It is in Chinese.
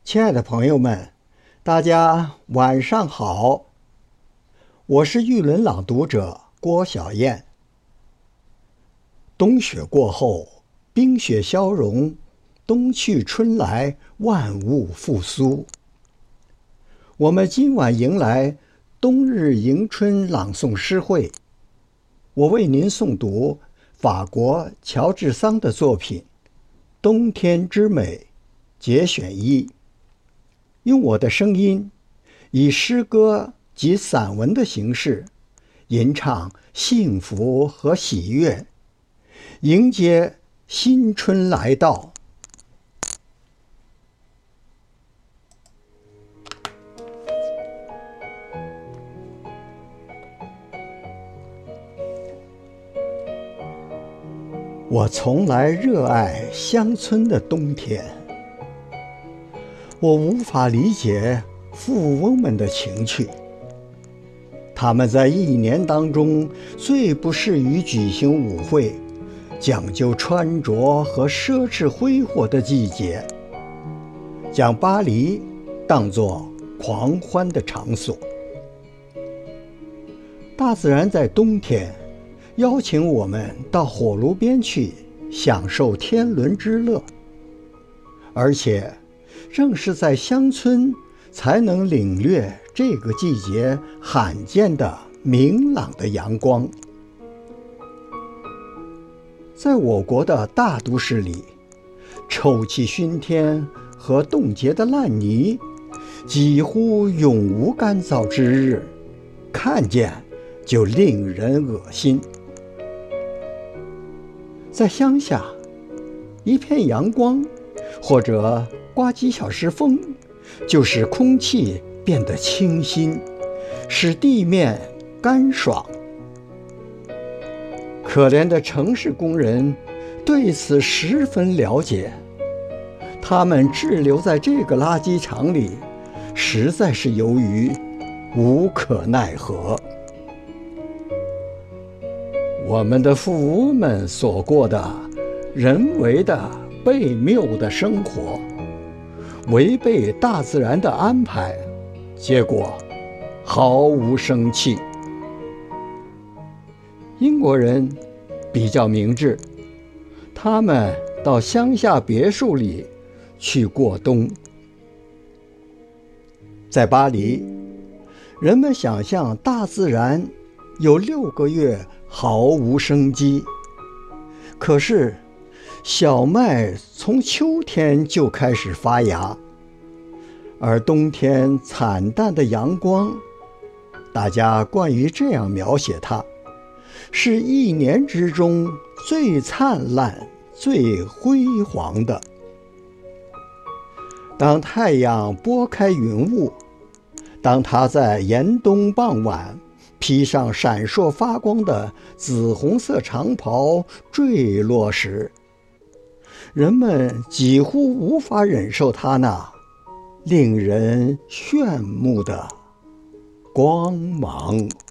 亲爱的朋友们，大家晚上好，我是玉轮朗读者郭晓燕。冬雪过后，冰雪消融，冬去春来，万物复苏。我们今晚迎来冬日迎春朗诵诗会，我为您诵读法国乔治桑的作品《冬天之美》节选一，用我的声音，以诗歌及散文的形式，吟唱幸福和喜悦，迎接新春来到。我从来热爱乡村的冬天，我无法理解富翁们的情趣。他们在一年当中最不适于举行舞会，讲究穿着和奢侈挥霍的季节，将巴黎当作狂欢的场所。大自然在冬天邀请我们到火炉边去享受天伦之乐，而且正是在乡村才能领略这个季节罕见的明朗的阳光。在我国的大都市里，臭气熏天和冻结的烂泥几乎永无干燥之日，看见就令人恶心。在乡下，一片阳光或者刮几小时风，就使空气变得清新，使地面干爽。可怜的城市工人对此十分了解，他们滞留在这个垃圾场里，实在是由于无可奈何。我们的富翁们所过的人为的悖谬的生活，违背大自然的安排，结果毫无生气。英国人比较明智，他们到乡下别墅里去过冬。在巴黎，人们想象大自然有6个月毫无生机，可是小麦从秋天就开始发芽，而冬天惨淡的阳光，大家惯于这样描写它，是一年之中最灿烂、最辉煌的。当太阳拨开云雾，当它在严冬傍晚披上闪烁发光的紫红色长袍坠落时，人们几乎无法忍受它那令人炫目的光芒。